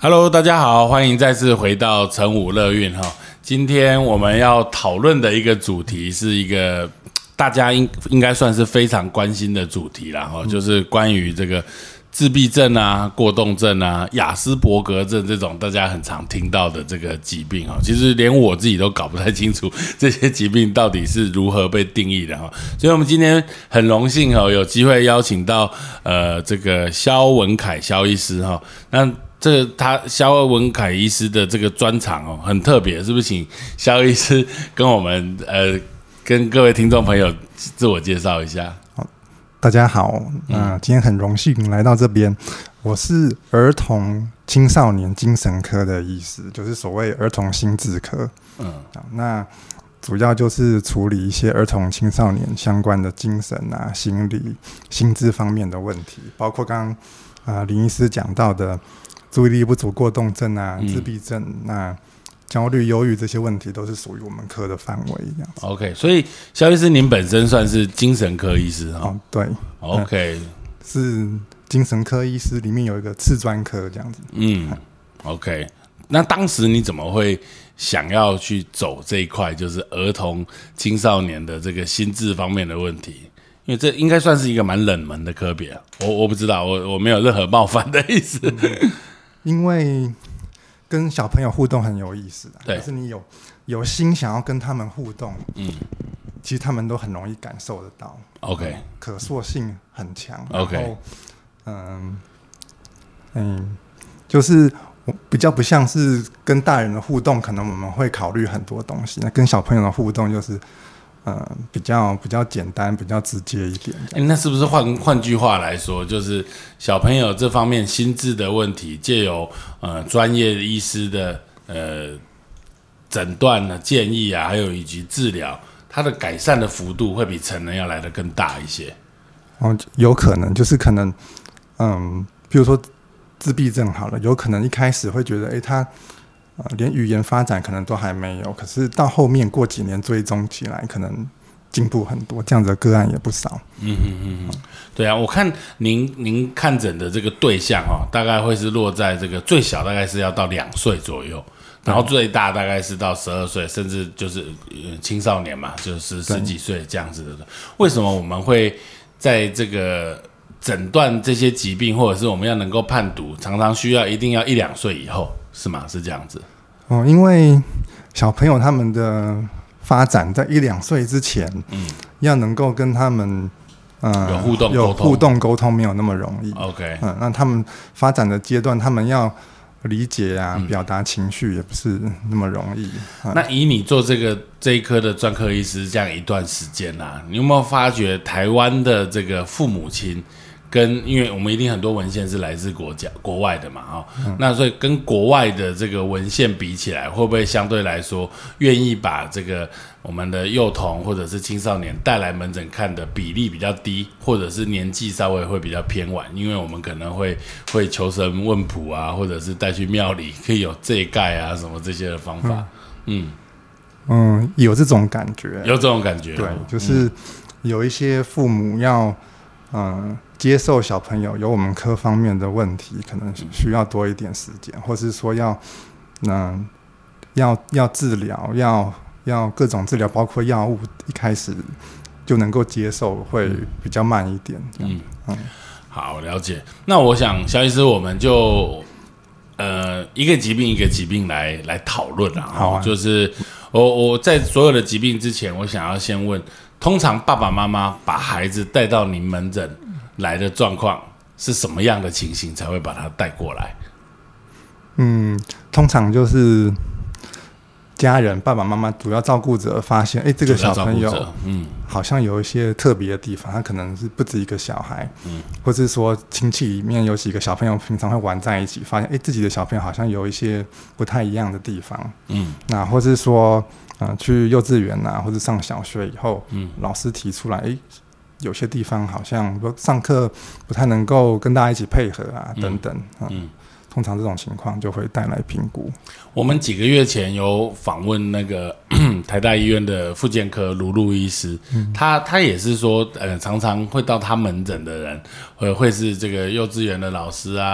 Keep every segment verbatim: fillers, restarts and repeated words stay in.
Hello， 大家好，欢迎再次回到成武乐运哈。今天我们要讨论的一个主题是一个大家应应该算是非常关心的主题啦哈、嗯，就是关于这个自闭症啊、过动症啊、亚斯伯格症这种大家很常听到的这个疾病哈。其实连我自己都搞不太清楚这些疾病到底是如何被定义的哈。所以我们今天很荣幸哈，有机会邀请到呃这个萧文凯萧医师哈。那这个他萧文凯医师的这个专场哦，很特别，是不是？请萧医师跟我们呃，跟各位听众朋友自我介绍一下。 好，大家好，那、呃、今天很荣幸来到这边，我是儿童青少年精神科的医师，就是所谓儿童心智科。嗯，那主要就是处理一些儿童青少年相关的精神啊、心理、心智方面的问题，包括刚刚啊林医师讲到的。注意力不足过动症啊、自闭症、嗯、那焦虑、忧郁这些问题都是属于我们科的范围。这样子 OK， 所以萧医师您本身算是精神科医师哈、哦？ 对 ，OK，、 嗯、是精神科医师里面有一个次专科这样子。 嗯 ，OK， 那当时你怎么会想要去走这一块，就是儿童青少年的这个心智方面的问题？因为这应该算是一个蛮冷门的科别、啊，我我不知道，我我没有任何冒犯的意思。嗯因为跟小朋友互动很有意思、啊，对，可是你有有心想要跟他们互动，嗯，其实他们都很容易感受得到 ，OK， 可塑性很强 ，OK， 嗯嗯，就是比较不像是跟大人的互动，可能我们会考虑很多东西，那跟小朋友的互动就是。呃，比较比较简单，比较直接一点。 欸、那是不是换换句话来说，就是小朋友这方面心智的问题，借由呃专业医师的呃诊断的建议啊，还有以及治疗，它的改善的幅度会比成人要来得更大一些。 哦，有可能就是可能，嗯，比如说自闭症好了，有可能一开始会觉得，哎、欸，他。呃，连语言发展可能都还没有，可是到后面过几年追踪起来，可能进步很多，这样子的个案也不少。 嗯嗯嗯，对啊，我看您您看诊的这个对象哦，大概会是落在这个最小大概是要到两岁左右，然后最大大概是到十二岁，甚至就是青少年嘛，就是十几岁这样子的。为什么我们会在这个诊断这些疾病，或者是我们要能够判读，常常需要一定要一两岁以后？是吗？是这样子哦，因为小朋友他们的发展在一两岁之前，嗯，要能够跟他们呃有互动有互动沟通没有那么容易。 OK， 嗯，那他们发展的阶段，他们要理解啊、嗯、表达情绪也不是那么容易。嗯、 那以你做这个这一科的专科医师这样一段时间啊，你有没有发觉台湾的这个父母亲？跟因为我们一定很多文献是来自国家国外的嘛、哦嗯、那所以跟国外的这个文献比起来，会不会相对来说愿意把这个我们的幼童或者是青少年带来门诊看的比例比较低，或者是年纪稍微会比较偏晚？因为我们可能会会求神问卜啊，或者是带去庙里可以有这一盖啊什么这些的方法。嗯嗯, 嗯，有这种感觉， 有这种感觉， 对，就是有一些父母要嗯。接受小朋友有我们科方面的问题，可能需要多一点时间，或是说要，嗯，要要治疗，要要各种治疗，包括药物，一开始就能够接受，会比较慢一点。嗯嗯， 好，了解。那我想，萧医师，我们就呃一个疾病一个疾病来来讨论啊。 好啊， 就是我我在所有的疾病之前，我想要先问，通常爸爸妈妈把孩子带到您门诊来的状况是什么样的情形才会把他带过来？ 嗯，通常就是家人爸爸妈妈主要照顾者发现，哎，这个小朋友嗯好像有一些特别的地方，他可能是不止一个小孩，嗯，或是说亲戚里面有几个小朋友平常会玩在一起，发现哎自己的小朋友好像有一些不太一样的地方，嗯，那或是说呃去幼稚园啊，或者上小学以后，嗯，老师提出来，哎。有些地方好像上课不太能够跟大家一起配合啊，等等，嗯，嗯通常这种情况就会带来评估。 我们几个月前有访问那个台大医院的复健科卢路医师，嗯、他他也是说，呃，常常会到他门诊的人，会会是这个幼稚园的老师啊。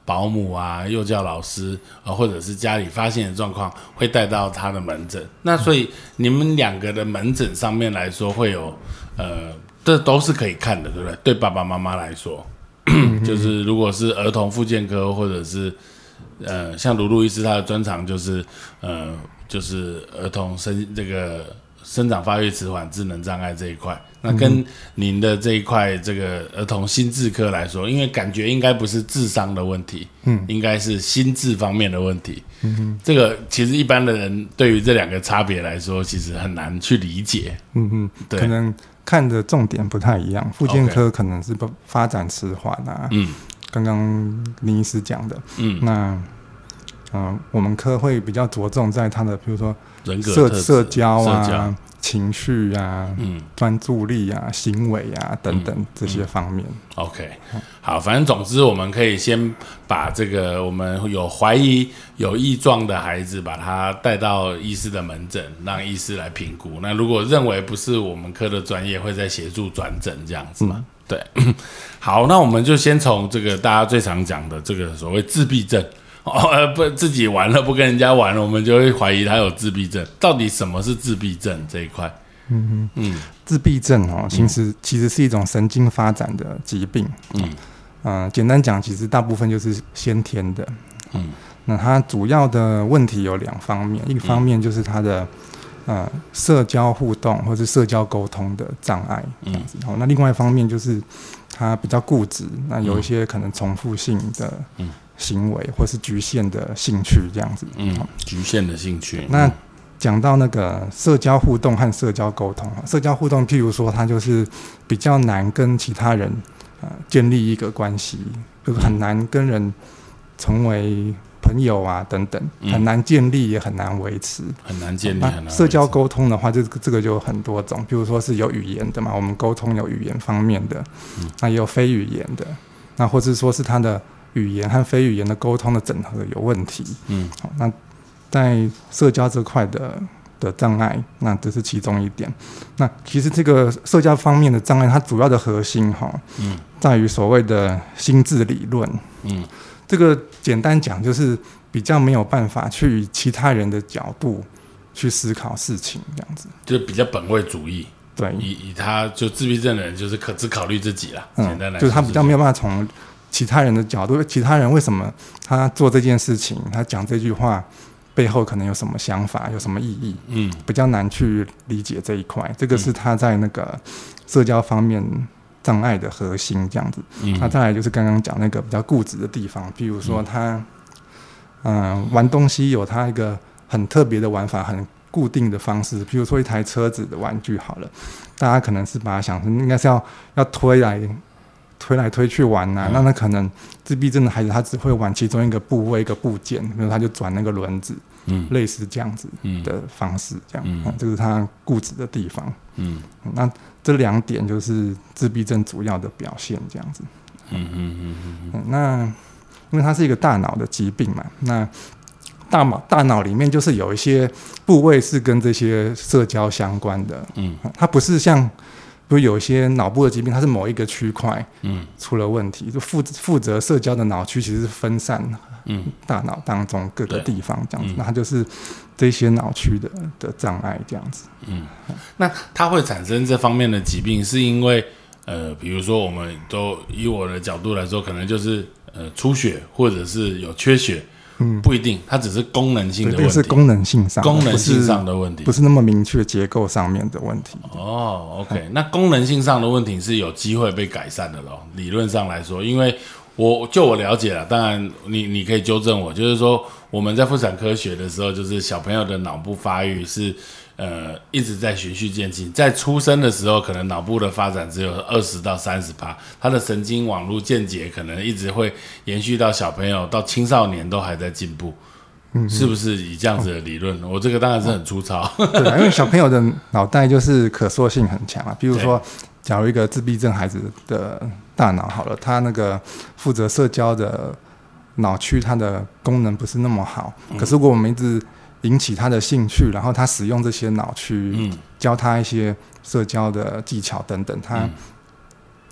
保姆啊、幼教老师啊、呃，或者是家里发现的状况，会带到他的门诊。那所以你们两个的门诊上面来说，会有呃，这都是可以看的，对不对？对爸爸妈妈来说，就是如果是儿童复健科，或者是呃，像卢路医师他的专长就是呃，就是儿童生这个。生长发育迟缓、智能障碍这一块，那跟您的这一块这个儿童心智科来说，因为感觉应该不是智商的问题，嗯，应该是心智方面的问题。嗯哼，这个其实一般的人对于这两个差别来说，其实很难去理解。嗯哼，对，可能看的重点不太一样。复健科可能是发展迟缓啊，嗯，刚刚林医师讲的，嗯，那。嗯、呃，我们科会比较着重在他的，比如说人格特质、 社交啊、社交情绪啊、嗯、专注力啊、行为啊等等、嗯、这些方面。 嗯、OK， 好，反正总之我们可以先把这个我们有怀疑有异状的孩子，把他带到医师的门诊，让医师来评估。那如果认为不是我们科的专业，会再协助转诊这样子嘛？嗯、对，好，那我们就先从这个大家最常讲的这个所谓自闭症。哦，呃，不，自己玩了不跟人家玩了，我们就会怀疑他有自闭症。到底什么是自闭症这一块？ 嗯嗯嗯，自闭症哦，其实、嗯、其实是一种神经发展的疾病。嗯嗯、呃，简单讲，其实大部分就是先天的。嗯，那它主要的问题有两方面，一个方面就是它的、呃、社交互动或是社交沟通的障碍这样子。嗯、那另外一方面就是它比较固执，那有一些可能重复性的。嗯。行为或是局限的兴趣这样子， 嗯，局限的兴趣。 那讲到那个社交互动和社交沟通，社交互动，譬如说，他就是比较难跟其他人呃建立一个关系，就是很难跟人成为朋友啊等等，很难建立也很难维持， 很难建立。很难维持。 社交沟通的话，就这个就有很多种，譬如说是有语言的嘛，我们沟通有语言方面的，嗯、那也有非语言的，那或者说是他的。语言和非语言的沟通的整合有问题，嗯，好，那在社交这块的的障碍，那这是其中一点。那其实这个社交方面的障碍，它主要的核心哈，嗯，在于所谓的心智理论，嗯，这个简单讲就是比较没有办法去以其他人的角度去思考事情，这样子， 就比较本位主义。 对， 以以他就自闭症的人，就是可只考虑自己啦，嗯，简单来说， 就是他比较没有办法从其他人的角度，其他人为什么他做这件事情，他讲这句话背后可能有什么想法，有什么意义？嗯，比较难去理解这一块。这个是他在那个社交方面障碍的核心，这样子。嗯，他再来就是刚刚讲那个比较固执的地方，譬如说他，嗯、呃，玩东西有他一个很特别的玩法，很固定的方式。譬如说一台车子的玩具好了，大家可能是把它想成应该是要要推来。推来推去玩啊，嗯、那那可能自闭症的孩子他只会玩其中一个部位一个部件，比如他就转那个轮子，嗯，类似这样子的方式，这样，嗯嗯、这是他固执的地方。嗯，那这两点就是自闭症主要的表现，这样子。嗯嗯嗯嗯嗯。那因为它是一个大脑的疾病嘛，那大脑大脑里面就是有一些部位是跟这些社交相关的，嗯，它不是像。比如有一些脑部的疾病，它是某一个区块出了问题，嗯、就负负责社交的脑区其实是分散，嗯，大脑当中各个地方这样子，嗯、那它就是这些脑区的的障碍这样子。 嗯，那它会产生这方面的疾病，是因为呃，比如说我们都以我的角度来说，可能就是呃出血或者是有缺血。嗯，不一定，它只是功能性的问题。 这个是功能性上， 功能性上的问题， 不是那么明确结构上面的问题。 哦 ，OK，、嗯、那功能性上的问题是有机会被改善的咯。理论上来说，因为我就我了解了，当然你你可以纠正我，就是说我们在妇产科学的时候，就是小朋友的脑部发育是。呃，一直在循序渐进，在出生的时候，可能脑部的发展只有二十到三十趴，他的神经网络间接可能一直会延续到小朋友到青少年都还在进步，嗯，是不是以这样子的理论？哦、我这个当然是很粗糙， 哦、对啊，因为小朋友的脑袋就是可塑性很强啊。比如说，假如一个自闭症孩子的大脑好了，他那个负责社交的脑区，它的功能不是那么好，嗯、可是如果我们一直引起他的兴趣，然后他使用这些脑区，嗯、教他一些社交的技巧等等，他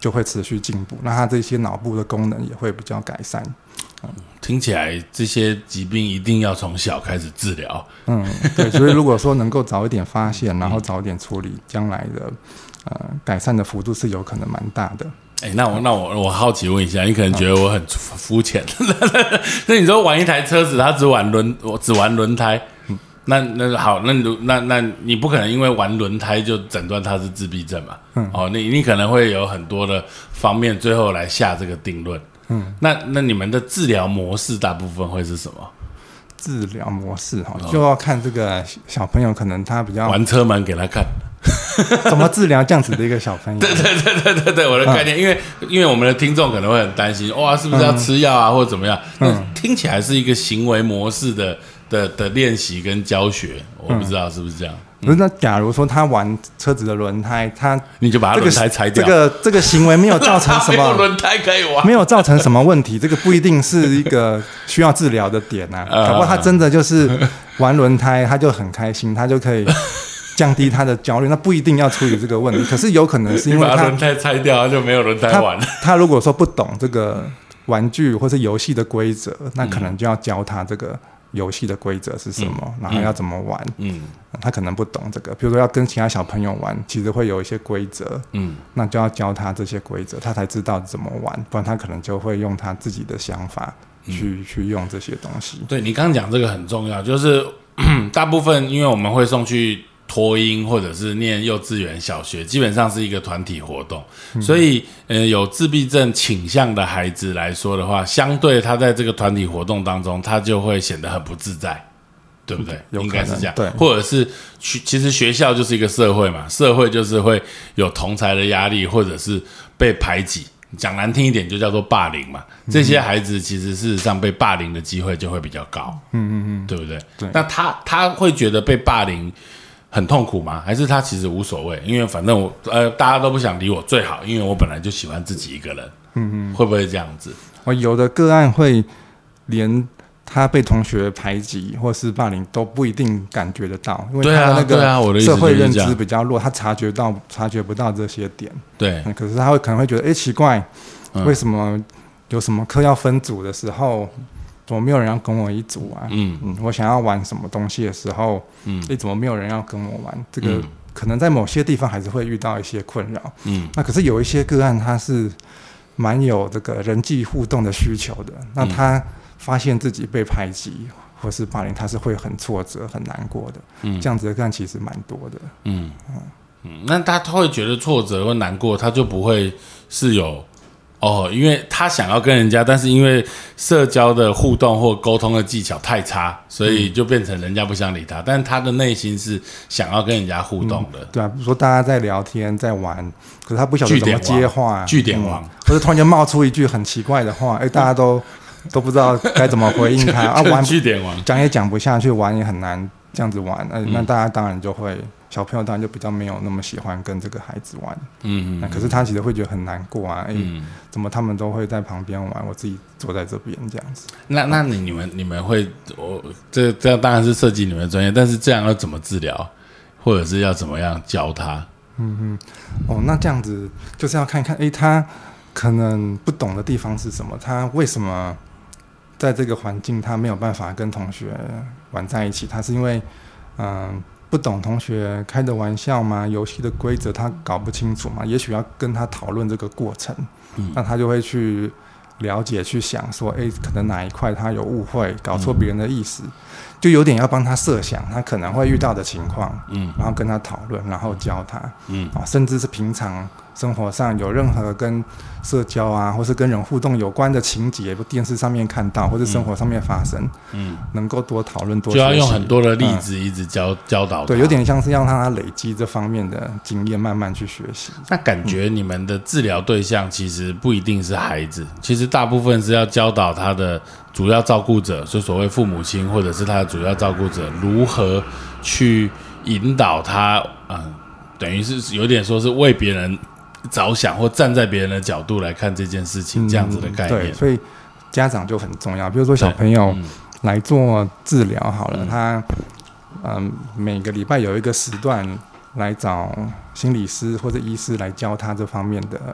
就会持续进步，那他这些脑部的功能也会比较改善。 嗯、听起来这些疾病一定要从小开始治疗。 嗯，对，所以如果说能够早一点发现，然后早一点处理，将来的呃改善的幅度是有可能蛮大的。 哎、欸，那我那我我好奇问一下，你可能觉得我很肤浅，那你说玩一台车子，它只玩轮，我只玩轮胎，嗯、那那好，那那那你不可能因为玩轮胎就诊断它是自闭症嘛？嗯，哦，你你可能会有很多的方面，最后来下这个定论。嗯，那那你们的治疗模式大部分会是什么？ 治疗模式哈，就要看这个小朋友，可能他比较玩车门给他看。 怎么治疗这样子的一个小朋友？ 对对对对对对，我的概念，嗯、因为因为我们的听众可能会很担心，哇，是不是要吃药啊，嗯、或者怎么样？那听起来是一个行为模式的的的练习跟教学，我不知道是不是这样。 不是，那假如说他玩车子的轮胎，他你就把他轮胎拆掉， 这个这个行为没有造成什么轮胎可以玩， 没有造成什么问题，这个不一定是一个需要治疗的点啊。搞不好他真的就是玩轮胎，他就很开心，他就可以降低他的焦虑，那不一定要处理这个问题。可是有可能是因为他把轮胎拆掉，他就没有轮胎玩了。 他, 他如果说不懂这个玩具或是游戏的规则，那可能就要教他这个游戏的规则是什么，嗯、然后要怎么玩。嗯，他可能不懂这个，比如说要跟其他小朋友玩，其实会有一些规则。嗯，那就要教他这些规则，他才知道怎么玩，不然他可能就会用他自己的想法去、嗯、去用这些东西。 对，你刚刚讲这个很重要，就是大部分因为我们会送去托婴或者是念幼稚园、小学，基本上是一个团体活动，嗯、所以呃有自闭症倾向的孩子来说的话，相对他在这个团体活动当中，他就会显得很不自在，对不对？应该是这样， 对， 或者是其实学校就是一个社会嘛，社会就是会有同侪的压力，或者是被排挤。讲难听一点，就叫做霸凌嘛。这些孩子其实事实上被霸凌的机会就会比较高，嗯嗯嗯，对不对？ 对。 那他他会觉得被霸凌很痛苦吗？还是他其实无所谓？因为反正我呃大家都不想理我最好，因为我本来就喜欢自己一个人。嗯嗯，会不会这样子？ 我有的个案会连他被同学排挤或是霸凌都不一定感觉得到，因为他的那个社会认知比较弱，他察觉到察觉不到这些点。 对、 嗯，可是他会可能会觉得，哎，奇怪，为什么有什么课要分组的时候？怎么没有人要跟我一组啊？嗯嗯，我想要玩什么东西的时候，嗯，哎，怎么没有人要跟我玩？这个、嗯、可能在某些地方还是会遇到一些困扰。嗯，那可是有一些个案，他是蛮有这个人际互动的需求的。那他发现自己被排挤或是霸凌，他是会很挫折、很难过的。嗯，这样子的个案其实蛮多的。嗯嗯嗯，那他会觉得挫折或难过，他就不会是有。哦，因为他想要跟人家，但是因为社交的互动或沟通的技巧太差，所以就变成人家不想理他。嗯、但他的内心是想要跟人家互动的。嗯、 对啊，比如说大家在聊天在玩，可是他不晓得怎么接话， 句点王，嗯、 或者突然间冒出一句很奇怪的话，哎，大家都都不知道该怎么回应他啊，玩句点王， 讲也讲不下去，玩也很难这样子玩，呃、那大家当然就会。小朋友当然就比较没有那么喜欢跟这个孩子玩，嗯嗯，可是他其实会觉得很难过啊，哎、嗯欸，怎么他们都会在旁边玩，我自己坐在这边这样子。 那那你你们你们会，我这这样当然是涉及你们的专业，但是这样要怎么治疗，或者是要怎么样教他？ 嗯嗯，哦，那这样子就是要看一看，哎、欸，他可能不懂的地方是什么？他为什么在这个环境他没有办法跟同学玩在一起？他是因为嗯。呃不懂同学开的玩笑吗？游戏的规则他搞不清楚吗？也许要跟他讨论这个过程，嗯、那他就会去了解、去想说，哎，可能哪一块他有误会，搞错别人的意思，嗯、就有点要帮他设想他可能会遇到的情况，嗯、然后跟他讨论，然后教他，嗯啊、甚至是平常生活上有任何跟社交啊，或是跟人互动有关的情节，电视上面看到，或是生活上面发生，嗯，能够多讨论多学习， 就要用很多的例子一直教、嗯、教导他， 对，有点像是要让他累积这方面的经验，慢慢去学习。 那感觉你们的治疗对象其实不一定是孩子，其实大部分是要教导他的主要照顾者，就所谓父母亲或者是他的主要照顾者，如何去引导他，嗯，等于是有点说是为别人着想，或站在别人的角度来看这件事情，嗯、这样子的概念。 对，所以家长就很重要。比如说小朋友来做治疗好了，嗯、他嗯每个礼拜有一个时段来找心理师或者医师来教他这方面的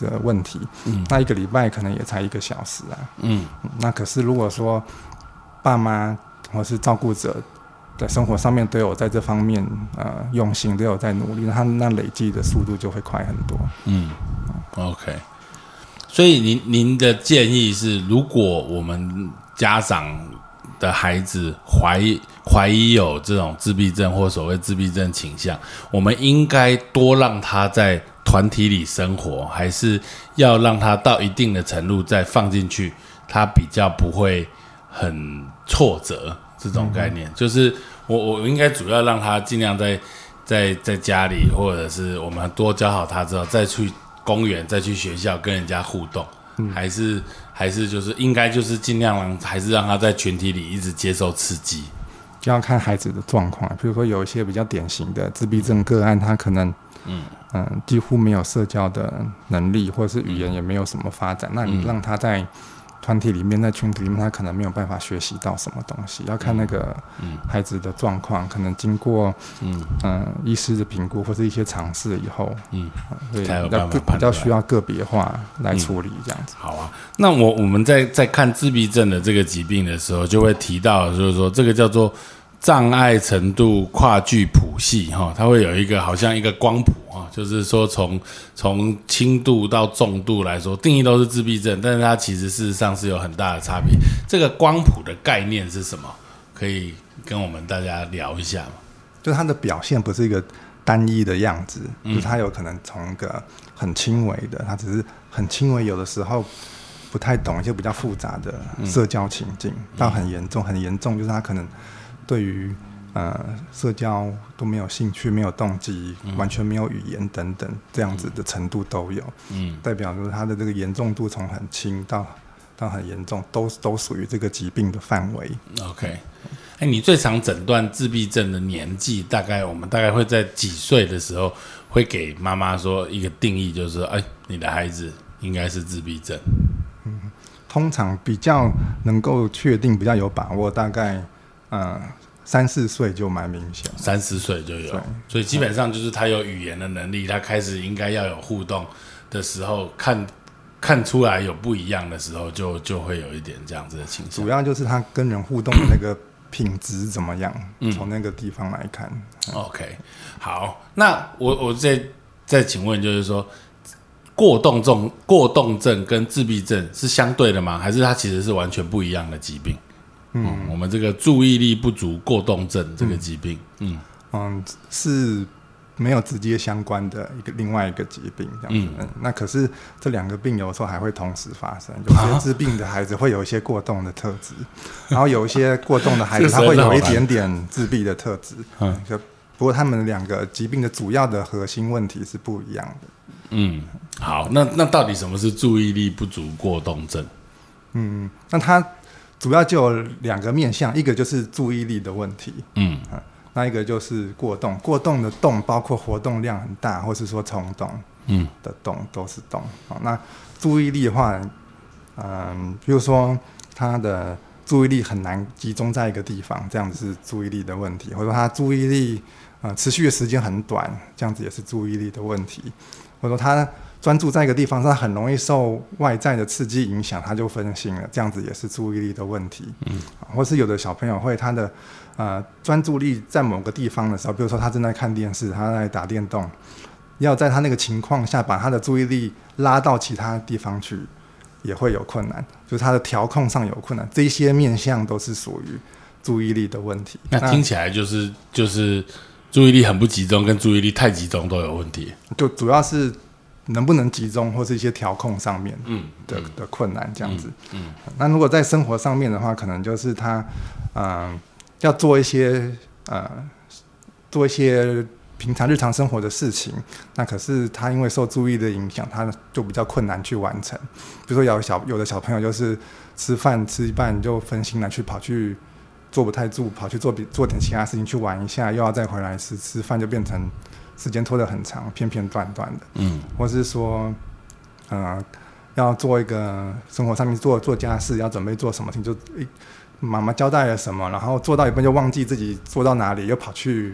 的问题，嗯，那一个礼拜可能也才一个小时啊，嗯，那可是如果说爸妈或是照顾者在生活上面都有在这方面呃用心，都有在努力，那他那累积的速度就会快很多。嗯 ，OK。所以您您的建议是，如果我们家长的孩子怀疑怀疑有这种自闭症或所谓自闭症倾向，我们应该多让他在团体里生活，还是要让他到一定的程度再放进去，他比较不会很挫折？这种概念、嗯、就是我我应该主要让他尽量在在在家里，或者是我们多教好他之后，再去公园，再去学校跟人家互动，嗯、还是还是就是应该就是尽量让还是让他在群体里一直接受刺激， 就要看孩子的状况。比如说有一些比较典型的自闭症个案，他可能嗯嗯、呃、几乎没有社交的能力，或者是语言也没有什么发展，嗯、那你让他在团体里面，在群体里面，他可能没有办法学习到什么东西，要看那个孩子的状况，可能经过嗯、呃、医师的评估或是一些尝试以后，嗯，对，才有办法比较需要个别化来处理这样子。 嗯、好啊，那我我们在在看自闭症的这个疾病的时候，就会提到，就是说这个叫做障碍程度跨距谱系哈，它会有一个好像一个光谱哈，就是说从从轻度到重度来说，定义都是自闭症，但是它其实事实上是有很大的差别。这个光谱的概念是什么？可以跟我们大家聊一下吗？ 就是它的表现不是一个单一的样子，嗯、就是它有可能从一个很轻微的，它只是很轻微，有的时候不太懂一些比较复杂的社交情境，嗯、到很严重，很严重就是它可能对于呃社交都没有兴趣、没有动机、嗯、完全没有语言等等这样子的程度都有，嗯，代表就是它的这个严重度从很轻到到很严重，都都属于这个疾病的范围。 OK， 哎，你最常诊断自闭症的年纪，大概我们大概会在几岁的时候会给妈妈说一个定义，就是说，哎，你的孩子应该是自闭症。 嗯，通常比较能够确定、比较有把握，大概嗯三四岁就蛮明显， 三四岁就有，所以基本上就是他有语言的能力，他开始应该要有互动的时候，看看出来有不一样的时候就，就就会有一点这样子的倾向。 主要就是他跟人互动的那个品质怎么样，嗯、从那个地方来看。 嗯、OK， 好，那我我再再请问，就是说，过动症、过动症跟自闭症是相对的吗？还是它其实是完全不一样的疾病？嗯，嗯我们这个注意力不足过动症这个疾病，嗯嗯，是没有直接相关的一个另外一个疾病这样子。嗯嗯、那可是这两个病有时候还会同时发生，有些自闭的孩子会有一些过动的特质，然后有一些过动的孩子他会有一点点自闭的特质。嗯，不过他们两个疾病的主要的核心问题是不一样的。 嗯，好，那那到底什么是注意力不足过动症？ 嗯，那它主要就有两个面向，一个就是注意力的问题，嗯，啊、那一个就是过动。过动的动包括活动量很大，或是说冲动，嗯的动都是动。好，那注意力的话，嗯，比如说他的注意力很难集中在一个地方，这样子是注意力的问题；或者说他注意力呃持续的时间很短，这样子也是注意力的问题；或者说他专注在一个地方，他很容易受外在的刺激影响，他就分心了，这样子也是注意力的问题。嗯，或是有的小朋友会他的呃专注力在某个地方的时候，比如说他正在看电视，他在打电动，要在他那个情况下把他的注意力拉到其他地方去，也会有困难，就是他的调控上有困难。这些面向都是属于注意力的问题。 那听起来就是就是注意力很不集中，跟注意力太集中都有问题。 就主要是能不能集中，或是一些调控上面的、嗯嗯、的困难这样子、嗯嗯。那如果在生活上面的话，可能就是他，嗯、呃，要做一些呃，做一些平常日常生活的事情。那可是他因为受注意力的影响，他就比较困难去完成。比如说有小有的小朋友就是吃饭吃一半就分心了，去跑去坐不太住，跑去做做点其他事情去玩一下，又要再回来吃吃饭，就变成时间拖得很长，片片段段的，嗯，或是说，呃，要做一个生活上面做做家事，要准备做什么事情，就妈妈交代了什么，然后做到一半就忘记自己做到哪里，又跑去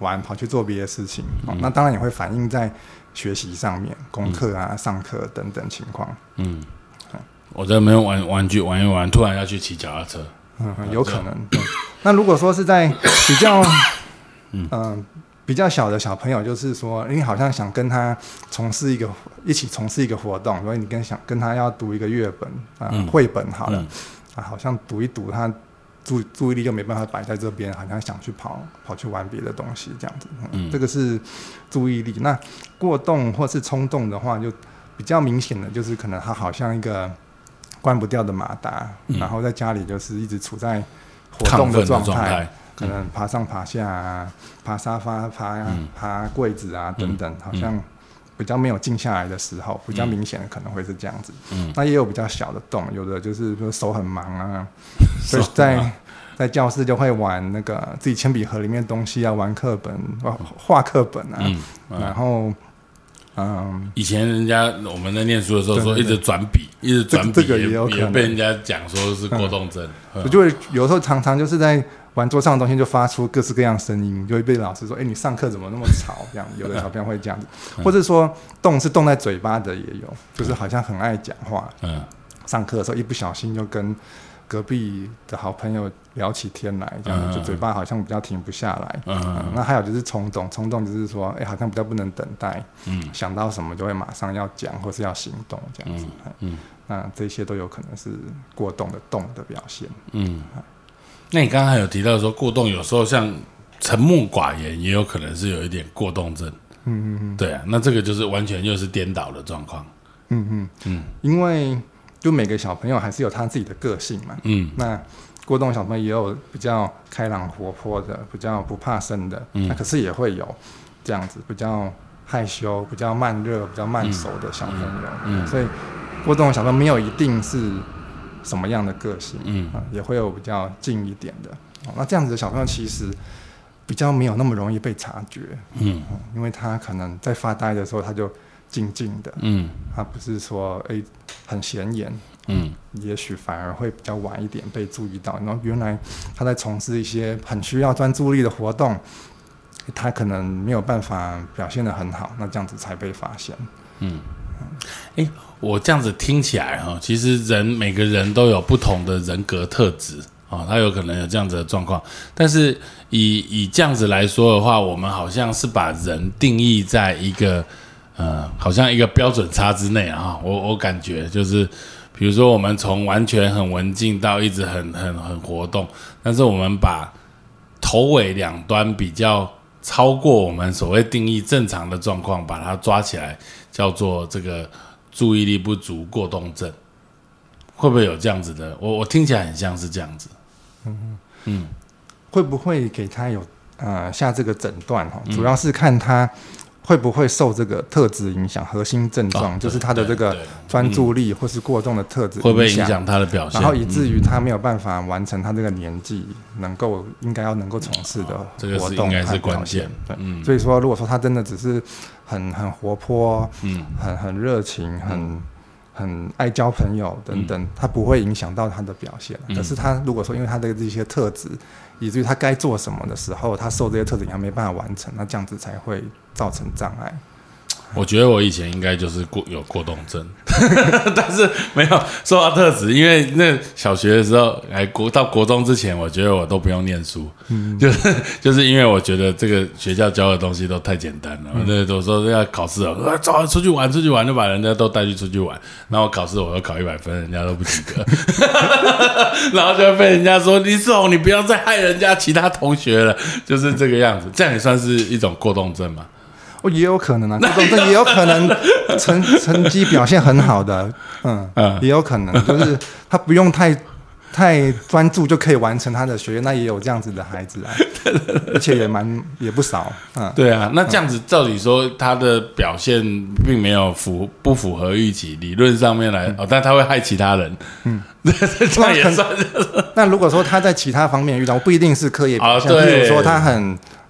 玩，跑去做别的事情。嗯哦、那当然也会反映在学习上面，功课啊、嗯、上课等等情况。嗯， 我在那边玩玩具玩一玩，突然要去骑脚踏车。 嗯，有可能。嗯、那如果说是在比较嗯、呃、比较小的小朋友，就是说你好像想跟他从事一个一起从事一个活动，所以你跟想跟他要读一个阅本啊、呃、绘本好了、嗯、啊，好像读一读他注注意力就没办法摆在这边，好像想去跑跑去玩别的东西这样子。嗯，嗯这个是注意力。那过动或是冲动的话，就比较明显的就是可能他好像一个关不掉的马达、嗯，然后在家里就是一直处在活动的状态，可能爬上爬下啊，爬沙发、爬、嗯、爬柜子啊等等，好像比较没有静下来的时候，比较明显的可能会是这样子。嗯，那也有比较小的动，有的就是说手很忙啊，所以在在教室就会玩那个自己铅笔盒里面的东西啊，玩课本、画课本啊，嗯嗯、然后。 嗯，以前人家我们在念书的时候说一直转笔，一直转笔， 这个也有可能也被人家讲说是过动症。 我、嗯、就会有时候常常就是在玩桌上的东西就发出各式各样声音，就会被老师说：“哎、欸，你上课怎么那么吵？”这样，有的小朋友会这样子，嗯、或者说动是动在嘴巴的也有，就是好像很爱讲话。嗯，上课的时候一不小心就跟隔壁的好朋友聊起天来，这样、嗯、就嘴巴好像比较停不下来。嗯嗯、那还有就是冲动，冲动就是说，哎、欸，好像比较不能等待，嗯，想到什么就会马上要讲或是要行动这样子。嗯，嗯那这些都有可能是过动的动的表现。嗯， 那你刚刚有提到说过动有时候像沉默寡言，也有可能是有一点过动症。嗯嗯嗯，对啊，那这个就是完全又是颠倒的状况。 嗯嗯嗯，因为。就每个小朋友还是有他自己的个性嘛，嗯，那过动小朋友也有比较开朗活泼的，比较不怕生的，嗯，那可是也会有这样子比较害羞、比较慢热、比较慢熟的小朋友，嗯，嗯所以过动小朋友没有一定是什么样的个性，嗯，啊、也会有比较静一点的、哦，那这样子的小朋友其实比较没有那么容易被察觉，嗯，嗯因为他可能在发呆的时候他就。静静的，嗯，他不是说哎、欸、很显眼，嗯，也许反而会比较晚一点被注意到。然后原来他在从事一些很需要专注力的活动，他可能没有办法表现得很好，那这样子才被发现。嗯， 哎、欸，我这样子听起来哈，其实人每个人都有不同的人格特质啊，他有可能有这样子的状况，但是以以这样子来说的话，我们好像是把人定义在一个。呃，好像一个标准差之内啊，我我感觉就是，比如说我们从完全很文静到一直很很很活动，但是我们把头尾两端比较超过我们所谓定义正常的状况，把它抓起来，叫做这个注意力不足过动症，会不会有这样子的？我我听起来很像是这样子， 嗯嗯，会不会给他有呃下这个诊断哈？主要是看他。会不会受这个特质影响？核心症状、哦、就是他的这个专注力或是过动的特质会不会影响他的表现？ 然后以至于他没有办法完成他这个年纪能够应该要能够从事的活动和表现。对，嗯，所以说如果说他真的只是很很活泼，嗯，很很热情，很。嗯很爱交朋友等等，他不会影响到他的表现。嗯、可是他如果说因为他的这些特质，以至于他该做什么的时候，他受这些特质影响没办法完成，那这样子才会造成障碍。 我觉得我以前应该就是过有过动症，但是没有受到特质，因为那小学的时候，还国到国中之前，我觉得我都不用念书，嗯、就是就是因为我觉得这个学校教的东西都太简单了。嗯、那有时候要考试了，走出去玩，出去玩就把人家都带去出去玩，然后考试我都考一百分，人家都不及格，然后就会被人家说李世宏，你不要再害人家其他同学了，就是这个样子。这样也算是一种过动症嘛？ 哦，也有可能啊，过动症也有可能成成绩表现很好的，嗯，嗯也有可能，就是他不用太太专注就可以完成他的学业，那也有这样子的孩子啊，而且也蛮也不少，嗯， 对啊，那这样子照理说他的表现并没有符不符合预期，理论上面来、嗯、哦，但他会害其他人，嗯，这样也算。 那如果说他在其他方面遇到，不一定是课业表现，比如说他很。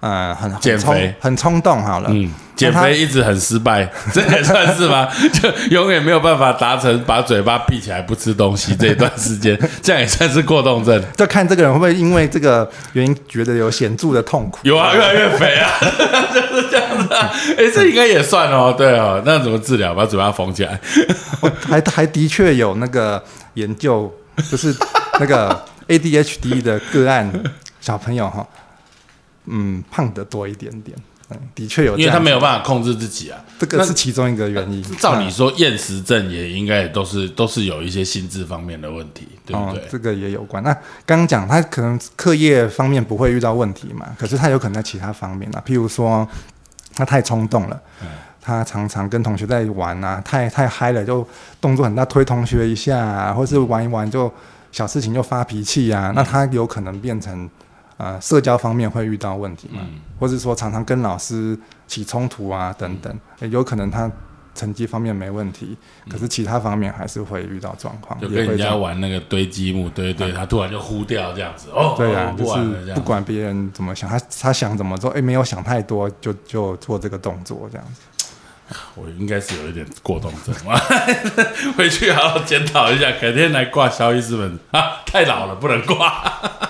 呃很减肥很冲动好了， 嗯，减肥一直很失败，这也算是吗？就永远没有办法达成把嘴巴闭起来不吃东西这一段时间，这样也算是过动症。 就看这个人会不会因为这个原因觉得有显著的痛苦。 有啊，越来越肥啊，就是这样子啊。哎、欸，这应该也算哦，对哦。那怎么治疗？把嘴巴缝起来？ 还还的确有那个研究，就是那个 A D H D 的个案小朋友哈。嗯，胖得多一点点，嗯，的确有这样， 因为他没有办法控制自己啊， 这个是其中一个原因。 照理说，厌食症也应该也都是都是有一些心智方面的问题，对不对？哦、 这个也有关。那刚刚讲他可能课业方面不会遇到问题嘛，可是他有可能在其他方面啊，譬如说他太冲动了，嗯、他常常跟同学在玩啊，太太嗨了，就动作很大，推同学一下、啊，或是玩一玩就小事情就发脾气啊，嗯、那他有可能变成。呃，社交方面会遇到问题嘛，嗯、或者说常常跟老师起冲突啊等等，嗯、有可能他成绩方面没问题，嗯、可是其他方面还是会遇到状况。 就跟人家玩那个堆积木，对对，嗯、他突然就呼掉这样子，哦， 对啊， 哦、 就是不管别人怎么想，他他想怎么做，哎，没有想太多，就就做这个动作这样子。 我应该是有一点过动症，回去好好检讨一下，改天来挂肖医师们啊，太老了不能挂。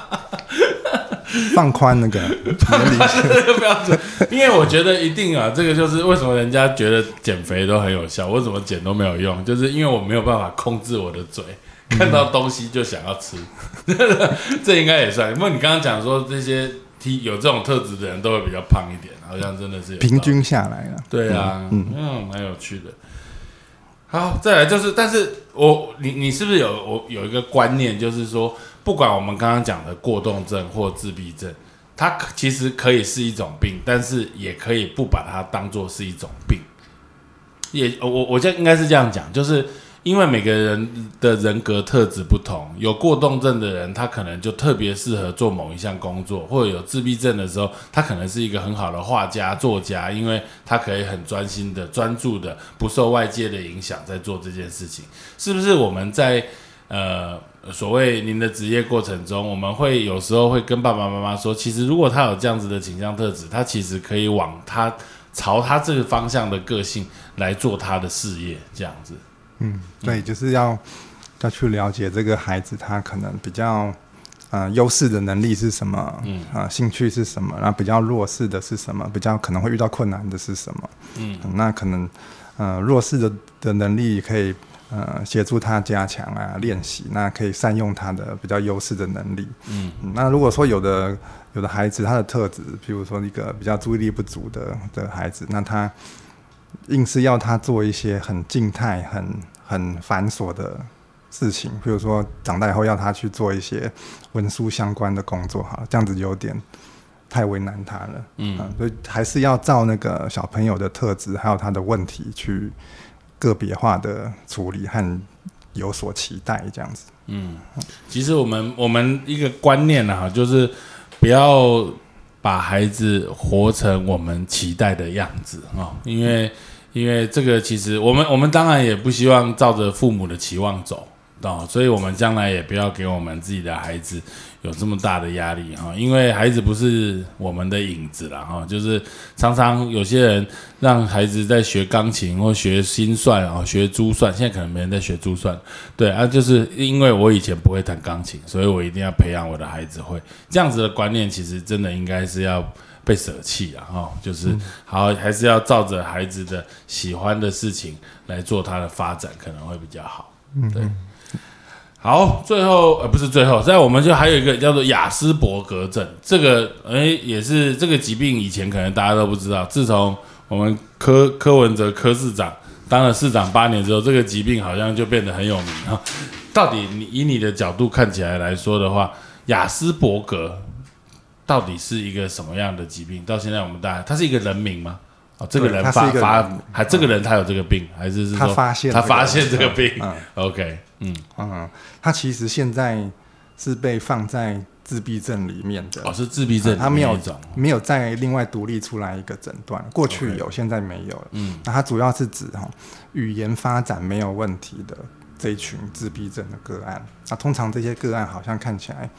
放宽那个年龄线标准，因为我觉得一定啊，这个就是为什么人家觉得减肥都很有效，我怎么减都没有用，就是因为我没有办法控制我的嘴，看到东西就想要吃，这应该也算。因为你刚刚讲说这些有这种特质的人都会比较胖一点，好像真的是有平均下来了。 对啊，嗯，嗯，蛮有趣的。好，再来就是，但是我你你是不是有我有一个观念，就是说，不管我们刚刚讲的过动症或自闭症，它其实可以是一种病，但是也可以不把它当作是一种病。也我我觉得应该是这样讲，就是因为每个人的人格特质不同，有过动症的人，他可能就特别适合做某一项工作，或者有自闭症的时候，他可能是一个很好的画家、作家，因为他可以很专心的、专注的，不受外界的影响，在做这件事情。是不是我们在呃所谓您的职业过程中，我们会有时候会跟爸爸妈妈说，其实如果他有这样子的倾向特质，他其实可以往他朝他这个方向的个性来做他的事业，这样子。 嗯，对，就是要要去了解这个孩子他可能比较呃优势的能力是什么，嗯啊、呃、兴趣是什么，然后比较弱势的是什么，比较可能会遇到困难的是什么，嗯，嗯那可能呃弱势的的能力可以呃协助他加强啊练习，那可以善用他的比较优势的能力，嗯，嗯那如果说有的有的孩子他的特质，比如说一个比较注意力不足的的孩子，那他硬是要他做一些很静态、很很繁琐的事情，比如说长大以后要他去做一些文书相关的工作，好，这样子有点太为难他了。嗯、啊，所以还是要照那个小朋友的特质，还有他的问题去个别化的处理和有所期待，这样子。 嗯，其实我们我们一个观念啊，就是不要把孩子活成我们期待的样子啊，因为因为这个其实我们我们当然也不希望照着父母的期望走哦，所以我们将来也不要给我们自己的孩子有这么大的压力哈，因为孩子不是我们的影子啦哈，就是常常有些人让孩子在学钢琴或学心算啊，学珠算，现在可能没人在学珠算，对啊，就是因为我以前不会弹钢琴，所以我一定要培养我的孩子会，这样子的观念其实真的应该是要被舍弃啊哈，就是好还是要照着孩子的喜欢的事情来做他的发展，可能会比较好，对。好，最后呃不是最后，在我们就还有一个叫做亚斯伯格症，这个哎也是这个疾病，以前可能大家都不知道，自从我们柯柯文哲柯市长当了市长八年之后，这个疾病好像就变得很有名啊。到底你以你的角度看起来来说的话，亚斯伯格到底是一个什么样的疾病？到现在我们大家，他是一个人名吗？哦，这个人发发还这个人他有这个病，还是是说他发现他发现这个病？ 嗯 ，OK。嗯嗯，他其实现在是被放在自闭症里面的， 哦，是自闭症， 他没有没有再另外独立出来一个诊断，过去有， okay. 现在没有了。嗯，那它主要是指哈语言发展没有问题的这一群自闭症的个案。那通常这些个案好像看起来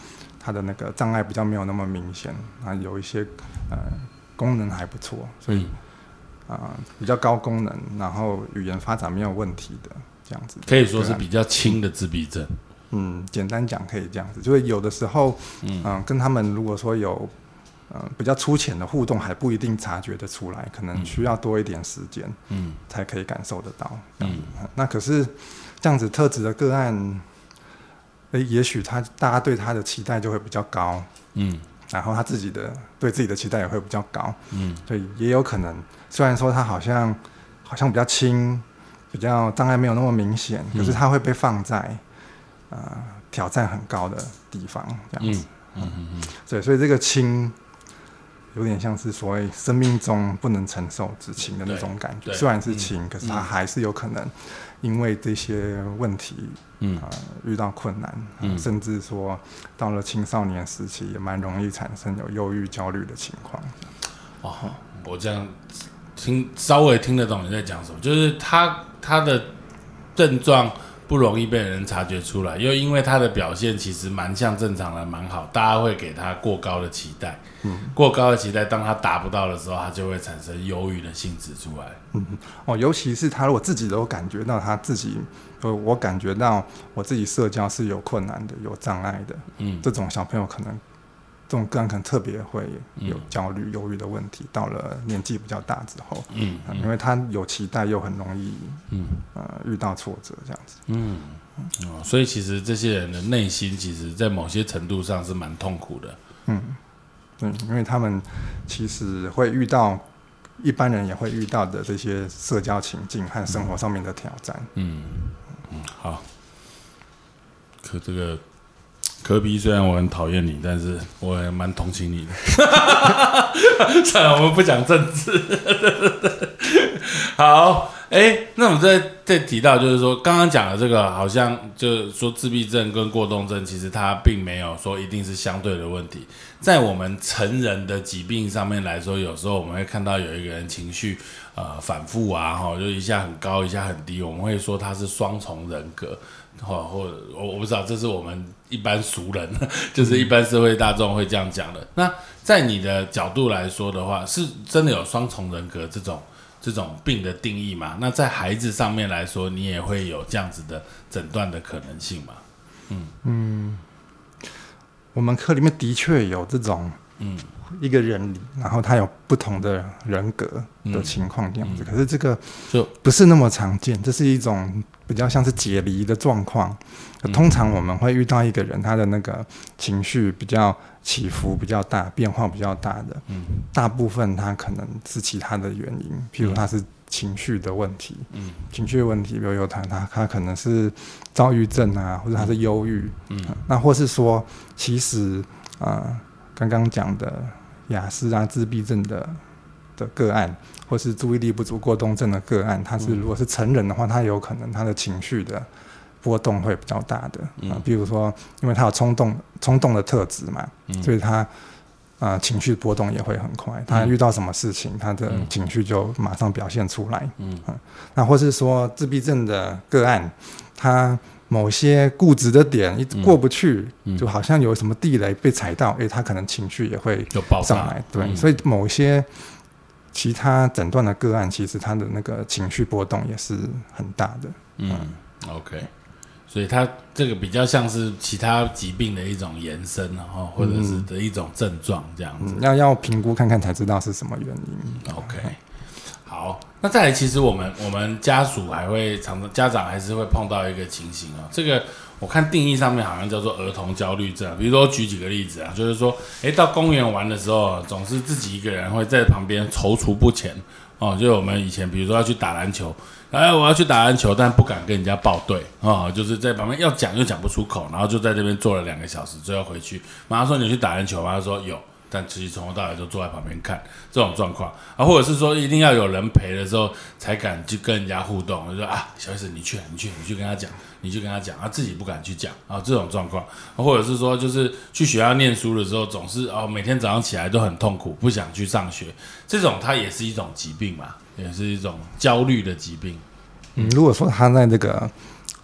他的那个障碍比较没有那么明显，啊，有一些呃功能还不错，所以啊、嗯呃、比较高功能，然后语言发展没有问题的这样子， 可以说是比较轻的自闭症。 嗯，简单讲可以这样子，就是有的时候，嗯、呃，跟他们如果说有呃比较粗浅的互动，还不一定察觉得出来，可能需要多一点时间，嗯，才可以感受得到。嗯，那可是这样子特质的个案。欸、也许他大家对他的期待就会比较高，嗯，然后他自己的对自己的期待也会比较高，嗯，所以也有可能，虽然说他好像好像比较轻，比较障碍没有那么明显，可是他会被放在呃挑战很高的地方，这样子，嗯嗯嗯嗯，对，所以这个轻有点像是所谓生命中不能承受之轻的那种感觉，虽然是轻，嗯，可是他还是有可能因为这些问题。嗯呃、遇到困难、呃嗯，甚至说到了青少年时期，也蛮容易产生有忧郁、焦虑的情况。 哦，我这样听稍微听得懂你在讲什么，就是他他的症状不容易被人察觉出来，又因为他的表现其实蛮像正常人，蛮好，大家会给他过高的期待。嗯，过高的期待，当他达不到的时候，他就会产生忧郁的性质出来。 嗯，哦，尤其是他如果自己都感觉到他自己。我感觉到我自己社交是有困难的、有障碍的，嗯，这种小朋友可能，这种个案可能特别会有焦虑、忧郁的问题。到了年纪比较大之后，嗯，嗯因为他有期待，又很容易，嗯，呃，遇到挫折这样子，嗯， 哦，所以其实这些人的内心，其实在某些程度上是蛮痛苦的， 嗯，对，因为他们其实会遇到。一般人也会遇到的这些社交情境和生活上面的挑战。嗯嗯，好。可这个科比虽然我很讨厌你，但是我也蛮同情你的。算了，我们不讲政治。好，哎、欸，那我们再再提到，就是说刚刚讲的这个，好像就是说自闭症跟过动症，其实它并没有说一定是相对的问题。在我们成人的疾病上面来说，有时候我们会看到有一个人情绪呃反复啊，哈，就一下很高，一下很低，我们会说他是双重人格，或或我我不知道，这是我们一般俗人，就是一般社会大众会这样讲的。那在你的角度来说的话，是真的有双重人格这种这种病的定义吗？那在孩子上面来说，你也会有这样子的诊断的可能性吗？嗯嗯。 我们课里面的确有这种，嗯，一个人，然后他有不同的人格的情况这样子，嗯嗯、可是这个就不是那么常见，这是一种比较像是解离的状况。嗯、通常我们会遇到一个人，他的那个情绪比较起伏比较大，变化比较大的，嗯，大部分他可能是其他的原因，譬如他是情绪的问题，嗯，情绪的问题，比如有他他他可能是躁郁症啊，或者他是忧郁，嗯，嗯那或是说，其实呃，刚刚讲的亚斯啊自闭症的的个案，或是注意力不足过动症的个案，他是如果是成人的话，他有可能他的情绪的波动会比较大的，嗯，呃、比如说，因为他有冲动冲动的特质嘛，嗯，所以他。呃，情绪波动也会很快，他遇到什么事情，他的情绪就马上表现出来。嗯，嗯那或是说自闭症的个案，他某些固执的点一直过不去，嗯、就好像有什么地雷被踩到，哎，他可能情绪也会上来。对，嗯、所以某些其他诊断的个案，其实他的那个情绪波动也是很大的。 嗯, 嗯 ，OK。所以它这个比较像是其他疾病的一种延伸，或者是的一种症状这样子。 嗯、要要评估看看才知道是什么原因。 OK， 好，那再来，其实我们我们家属还会常常家长还是会碰到一个情形哦，这个我看定义上面好像叫做儿童焦虑症。比如说举几个例子啊，就是说，哎，到公园玩的时候，总是自己一个人会在旁边踌躇不前哦。就我们以前比如说要去打篮球。哎，我要去打篮球，但不敢跟人家报队啊、哦，就是在旁边要讲又讲不出口，然后就在这边坐了两个小时，最后回去，马上说你去打篮球吗？他说有，但其实从头到尾就坐在旁边看这种状况啊，或者是说一定要有人陪的时候才敢去跟人家互动，就说啊，小 S 你去，你去，你去跟他讲，你去跟他讲，他自己不敢去讲啊，这种状况，或者是说就是去学校念书的时候，总是哦每天早上起来都很痛苦，不想去上学，这种它也是一种疾病嘛。也是一种焦虑的疾病。 嗯，如果说他在这个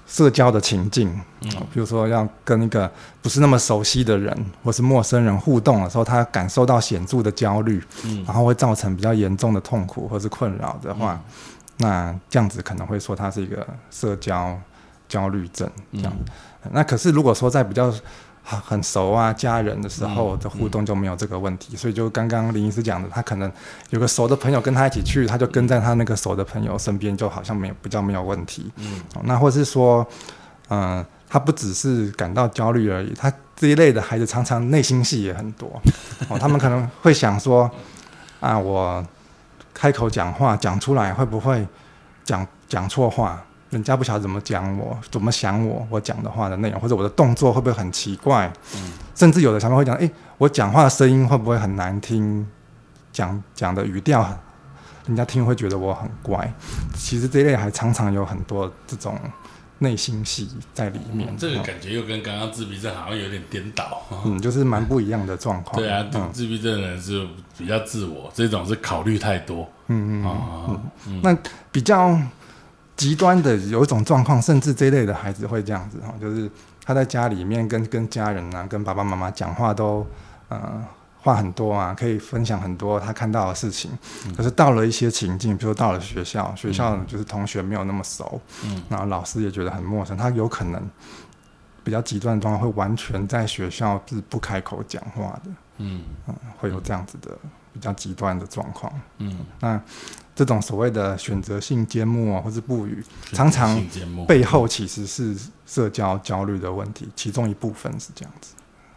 社交的情境，嗯，比如说要跟一个不是那么熟悉的人或是陌生人互动的时候，他感受到显著的焦虑，嗯，然后会造成比较严重的痛苦或是困扰的话，嗯，那这样子可能会说他是一个社交焦虑症这样，嗯。那可是如果说在比较很熟啊家人的时候的互动就没有这个问题，嗯嗯，所以就刚刚林医师讲的，他可能有个熟的朋友跟他一起去，他就跟在他那个熟的朋友身边，就好像没有比较没有问题。嗯，那或是说，嗯、呃，他不只是感到焦虑而已，他这一类的孩子常常内心戏也很多。哦，他们可能会想说，啊，我开口讲话讲出来会不会讲讲错话？人家不晓得怎么讲我，怎么想我，我讲的话的内容，或者我的动作会不会很奇怪？嗯，甚至有的小朋友会讲，哎，我讲话的声音会不会很难听？讲讲的语调，人家听会觉得我很怪。其实这一类还常常有很多这种内心戏在里面。嗯， 这个感觉又跟刚刚自闭症好像有点颠倒。 嗯，就是蛮不一样的状况。 对啊，嗯，自闭症的人是比较自我，这种是考虑太多。嗯嗯、哦、 嗯, 嗯，那比较极端的有一种状况，甚至这一类的孩子会这样子，就是他在家里面跟跟家人啊、跟爸爸妈妈讲话都呃话很多啊，可以分享很多他看到的事情。嗯，可是到了一些情境，比如说到了学校，学校就是同学没有那么熟，嗯，然后老师也觉得很陌生，他有可能比较极端的状况会完全在学校是不开口讲话的。嗯, 嗯会有这样子的比较极端的状况。嗯，那这种所谓的选择性缄默或是不语，常常背后其实是社交焦虑的问题，其中一部分是这样子。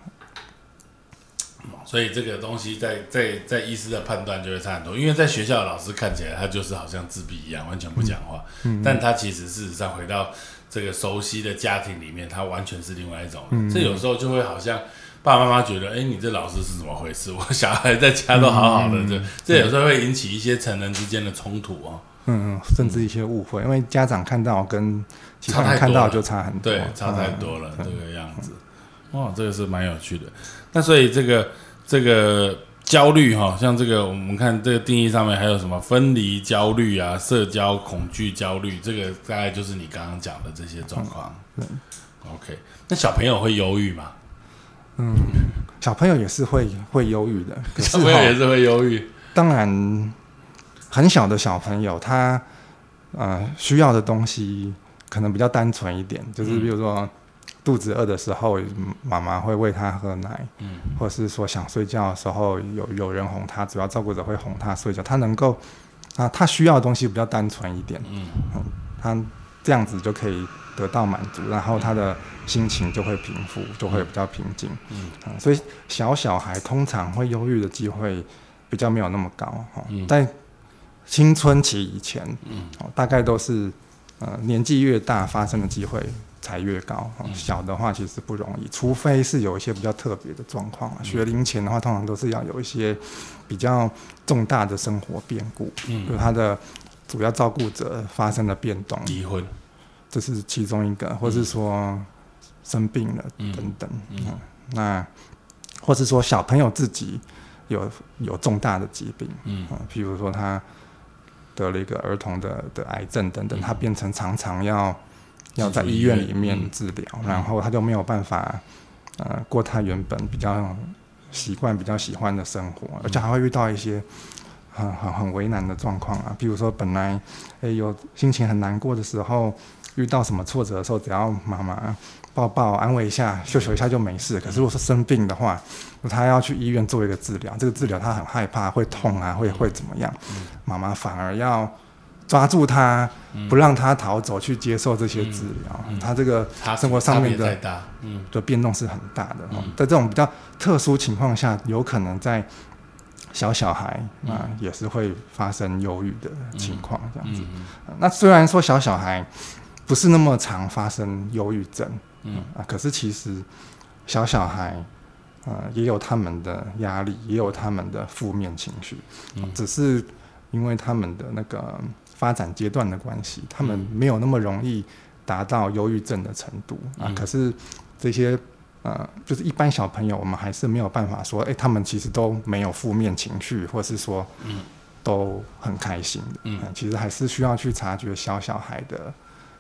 所以这个东西在在在医师的判断就会差很多，因为在学校的老师看起来他就是好像自闭一样，完全不讲话，嗯嗯，但他其实事实上回到这个熟悉的家庭里面，他完全是另外一种人。嗯嗯，这有时候就会好像爸爸妈妈觉得，哎，你这老师是怎么回事？我小孩在家都好好的，嗯嗯，这这有时候会引起一些成人之间的冲突哦。 嗯嗯，甚至一些误会，因为家长看到跟其他人看到就差很多， 对，差太多了，嗯，这个样子。哇，这个是蛮有趣的。那所以这个这个焦虑哈，像这个我们看这个定义上面还有什么分离焦虑啊、社交恐惧焦虑，这个大概就是你刚刚讲的这些状况。嗯 OK， 那小朋友会忧郁吗？ 嗯，小朋友也是会会忧郁的，可是小朋友也是会忧郁。 当然，很小的小朋友他呃需要的东西可能比较单纯一点，就是比如说，嗯，肚子饿的时候，妈妈会喂他喝奶，嗯，或是说想睡觉的时候，有有人哄他，主要照顾者会哄他睡觉。他能够啊，他需要的东西比较单纯一点，嗯，嗯，他这样子就可以得到满足，然后他的心情就会平复，就会比较平静。嗯，嗯，所以小小孩通常会忧郁的机会比较没有那么高。嗯，在青春期以前，嗯，大概都是呃年纪越大发生的机会才越高，小的话其实不容易，除非是有一些比较特别的状况。学龄前的话，通常都是要有一些比较重大的生活变故，嗯，就是他的主要照顾者发生了变动， 离婚， 这是其中一个，或是说生病了等等。嗯嗯嗯，那或是说小朋友自己有有重大的疾病，嗯，嗯，譬如说他得了一个儿童的的癌症等等，他变成常常要。要在医院里面治疗，嗯，然后他就没有办法，呃，过他原本比较习惯、比较喜欢的生活，嗯，而且还会遇到一些很很很为难的状况啊。比如说，本来诶有心情很难过的时候，遇到什么挫折的时候，只要妈妈抱抱、安慰一下、秀秀一下就没事。可是如果是生病的话，他要去医院做一个治疗，这个治疗他很害怕，会痛啊，会会怎么样？妈妈反而要抓住他，不让他逃走，去接受这些治疗。嗯嗯，他这个生活上面的的变动是很大的。嗯，在这种比较特殊情况下，有可能在小小孩啊，嗯，也是会发生忧郁的情况，这样子。嗯嗯嗯，那虽然说小小孩不是那么常发生忧郁症，嗯啊，可是其实小小孩呃也有他们的压力，也有他们的负面情绪，嗯，只是因为他们的那个发展阶段的关系，他们没有那么容易达到忧郁症的程度，嗯，啊。可是这些呃，就是一般小朋友，我们还是没有办法说，哎，他们其实都没有负面情绪，或是说，嗯，都很开心的。嗯，其实还是需要去察觉小小孩的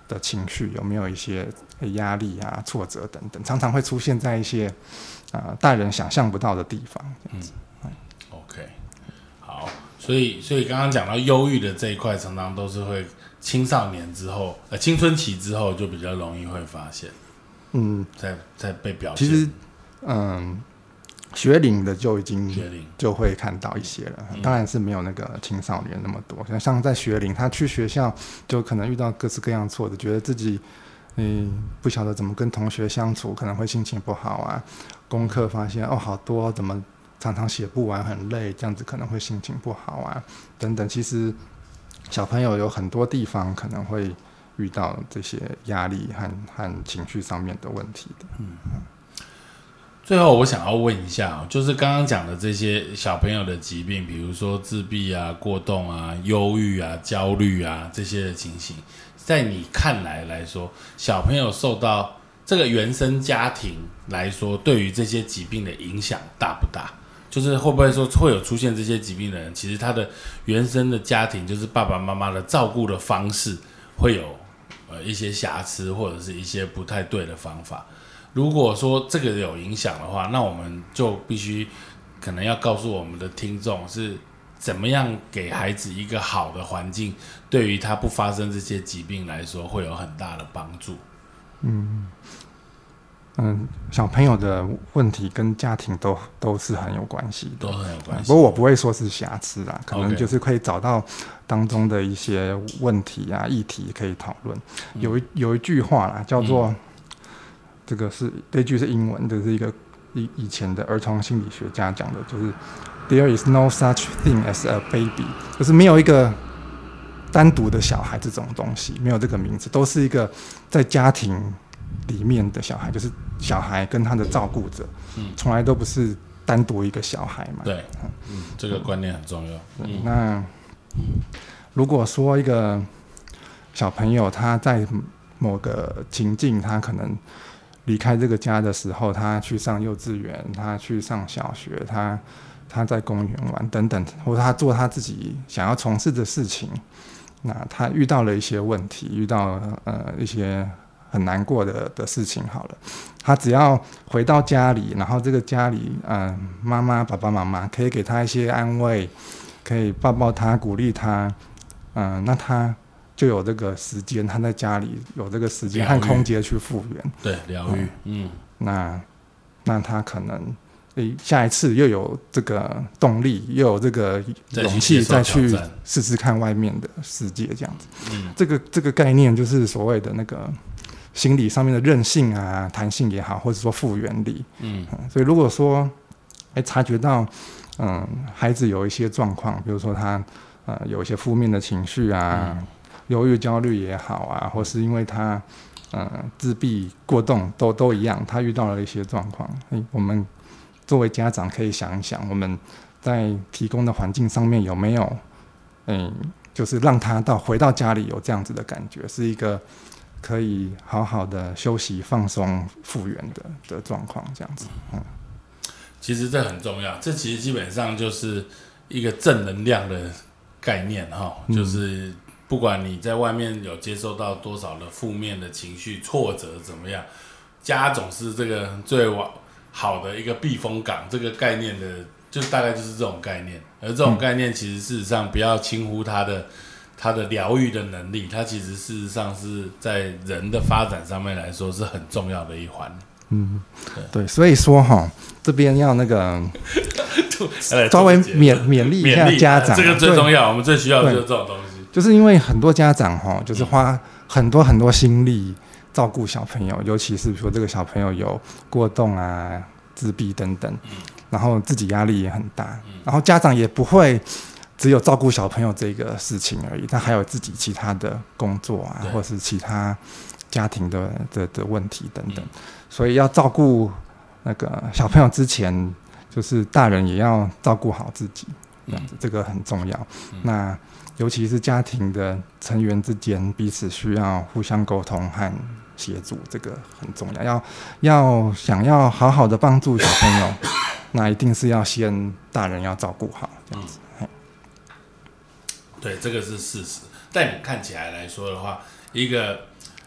的情绪，有没有一些压力啊、挫折等等，常常会出现在一些呃大人想象不到的地方。这样子。 嗯 OK， 好，所以所以刚刚讲到忧郁的这一块，常常都是会青少年之后，呃，青春期之后就比较容易会发现，嗯，在在被表现。 其实，嗯。学龄的就已经就会看到一些了，嗯、当然是没有那个青少年那么多。像在学龄，他去学校就可能遇到各式各样挫折，觉得自己嗯不晓得怎么跟同学相处，可能会心情不好啊。功课发现哦好多，怎么常常写不完，很累，这样子可能会心情不好啊，等等。其实小朋友有很多地方可能会遇到这些压力和和情绪上面的问题的。嗯。 最后我想要问一下，就是刚刚讲的这些小朋友的疾病，比如说自闭啊、过动啊、忧郁啊、焦虑啊这些的情形，在你看来来说，小朋友受到这个原生家庭来说，对于这些疾病的影响大不大？就是会不会说会有出现这些疾病的人，其实他的原生的家庭，就是爸爸妈妈的照顾的方式，会有呃一些瑕疵，或者是一些不太对的方法。如果说这个有影响的话，那我们就必须可能要告诉我们的听众是怎么样给孩子一个好的环境，对于他不发生这些疾病来说会有很大的帮助。 嗯嗯，小朋友的问题跟家庭都都是很有关系的， 都很有关系。 不过我不会说是瑕疵啦，可能就是可以找到当中的一些问题啊、议题可以讨论。有一有一句话啦，叫做。嗯这个是这句是英文，这是一个以以前的儿童心理学家讲的，就是 There is no such thing as a baby， 就是没有一个单独的小孩这种东西，没有这个名字，都是一个在家庭里面的小孩，就是小孩跟他的照顾者，嗯，从来都不是单独一个小孩嘛。 对，嗯，这个观念很重要。 嗯、那如果说一个小朋友他在某个情境，他可能离开这个家的时候，他去上幼稚园，他去上小学，他他在公园玩等等，或者他做他自己想要从事的事情，那他遇到了一些问题，遇到呃一些很难过的的事情，好了，他只要回到家里，然后这个家里呃妈妈爸爸妈妈可以给他一些安慰，可以抱抱他，鼓励他，嗯、呃，那他就有这个时间，他在家里有这个时间和空间去复原， 对，疗愈，嗯， 那那他可能诶下一次又有这个动力，又有这个勇气再去试试看外面的世界，这样子。嗯，这个这个概念就是所谓的那个心理上面的韧性啊、弹性也好，或者说复原力。嗯，嗯所以如果说诶察觉到嗯孩子有一些状况，比如说他呃有一些负面的情绪啊。嗯忧郁、焦虑也好啊，或是因为他呃自闭、过动都都一样，他遇到了一些状况，我们作为家长可以想一想，我们在提供的环境上面有没有，嗯，就是让他到回到家里有这样子的感觉，是一个可以好好的休息、放松、复原的的状况，这样子。嗯， 其实这很重要，这其实基本上就是一个正能量的概念哈，就是。嗯不管你在外面有接受到多少的负面的情绪、挫折怎么样，家总是这个最好的一个避风港。这个概念的，就大概就是这种概念。而这种概念，其实事实上不要轻忽它的它的疗愈的能力，它其实事实上是在人的发展上面来说是很重要的一环。嗯， 对，对所以说哈，这边要那个稍微勉勉励一下家长， 这个最重要，我们最需要的就是这种东西。 就是因为很多家长哈，就是花很多很多心力照顾小朋友，尤其是比如说这个小朋友有过动啊、自闭等等，然后自己压力也很大，然后家长也不会只有照顾小朋友这个事情而已，他还有自己其他的工作啊，或是其他家庭的的的问题等等，所以要照顾那个小朋友之前，就是大人也要照顾好自己，这样子这个很重要。那尤其是家庭的成员之间彼此需要互相沟通和协助，这个很重要。要要想要好好的帮助小朋友，那一定是要先大人要照顾好，这样子。嗯、 对，这个是事实。但你看起来来说的话，一个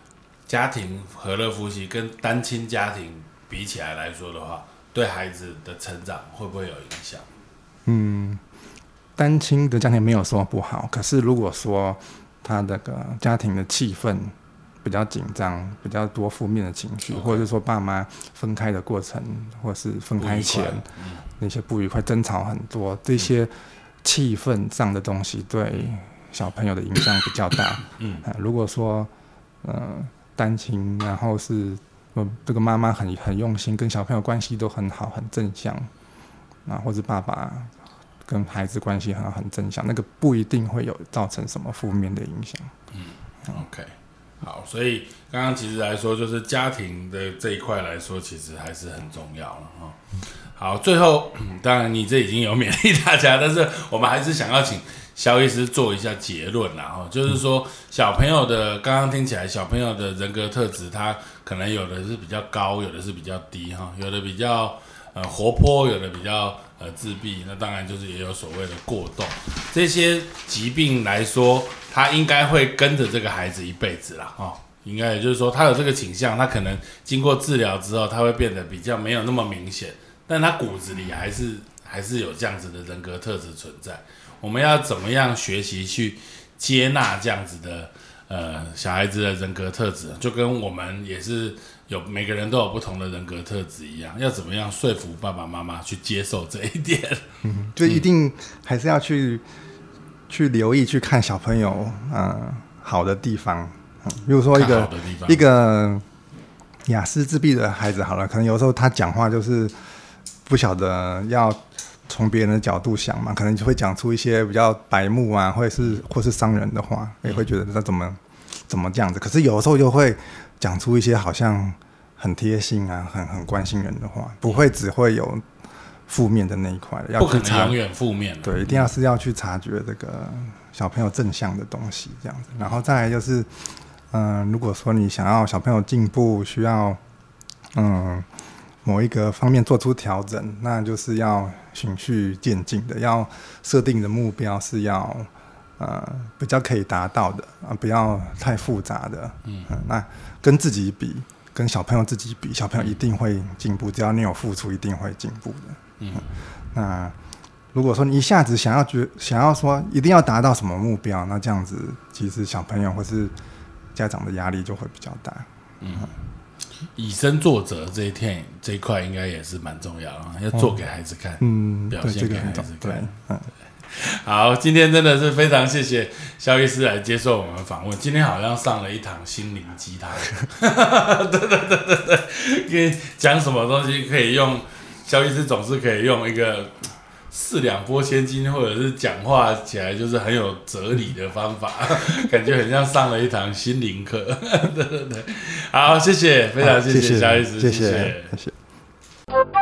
家庭和乐夫妻跟单亲家庭比起来来说的话，对孩子的成长会不会有影响？ 嗯，单亲的家庭没有说不好，可是如果说他那个家庭的气氛比较紧张，比较多负面的情绪， okay. 或者是说爸妈分开的过程，或是分开前、嗯、那些不愉快、争吵很多，这些气氛上的东西对小朋友的影响比较大。嗯，啊、如果说呃单亲，然后是呃这个妈妈很很用心，跟小朋友关系都很好，很正向，啊，或者爸爸跟孩子关系很好，很正向，那个不一定会有造成什么负面的影响。 嗯 ，OK。好，所以刚刚其实来说，就是家庭的这一块来说，其实还是很重要了哈。好，最后、嗯、当然你这已经有勉励大家，但是我们还是想要请萧医师做一下结论啦哈，就是说小朋友的刚刚听起来，小朋友的人格特质，他可能有的是比较高，有的是比较低哈，有的比较呃活泼，有的比较呃自闭，那当然就是也有所谓的过动，这些疾病来说。他应该会跟着这个孩子一辈子啦，哦，应该也就是说，他有这个倾向，他可能经过治疗之后，他会变得比较没有那么明显，但他骨子里还是还是有这样子的人格特质存在。我们要怎么样学习去接纳这样子的呃小孩子的人格特质？就跟我们也是有每个人都有不同的人格特质一样，要怎么样说服爸爸妈妈去接受这一点？ 嗯，就一定还是要去。去留意去看小朋友呃好的地方，嗯、比如说一个一个亚斯自闭的孩子好了，可能有时候他讲话就是不晓得要从别人的角度想嘛，可能就会讲出一些比较白目啊，或者是或是伤人的话，也会觉得他怎么怎么这样子。可是有时候又会讲出一些好像很贴心啊、很很关心人的话，不会只会有。负面的那一块， 不可能永远负面。 对，一定要是要去察觉这个小朋友正向的东西，这样子。然后再来就是，嗯、呃，如果说你想要小朋友进步，需要嗯某一个方面做出调整，那就是要循序渐进的，要设定的目标是要呃比较可以达到的啊，不要太复杂的。嗯，嗯那跟自己比。跟小朋友自己比，小朋友一定会进步，只要你有付出，一定会进步的。嗯，那如果说你一下子想要觉想要说一定要达到什么目标，那这样子其实小朋友或是家长的压力就会比较大。 嗯，以身作则这一天这一块应该也是蛮重要啊，要做给孩子看，哦、嗯，表现给孩子看。对，嗯。好，今天真的是非常谢谢萧医师来接受我们访问。今天好像上了一堂心灵鸡汤，对对对对对，因为讲什么东西可以用，萧医师总是可以用一个四两拨千斤，或者是讲话起来就是很有哲理的方法，感觉很像上了一堂心灵课。对对对，好，谢谢，非常谢谢萧医师， 谢谢，谢谢。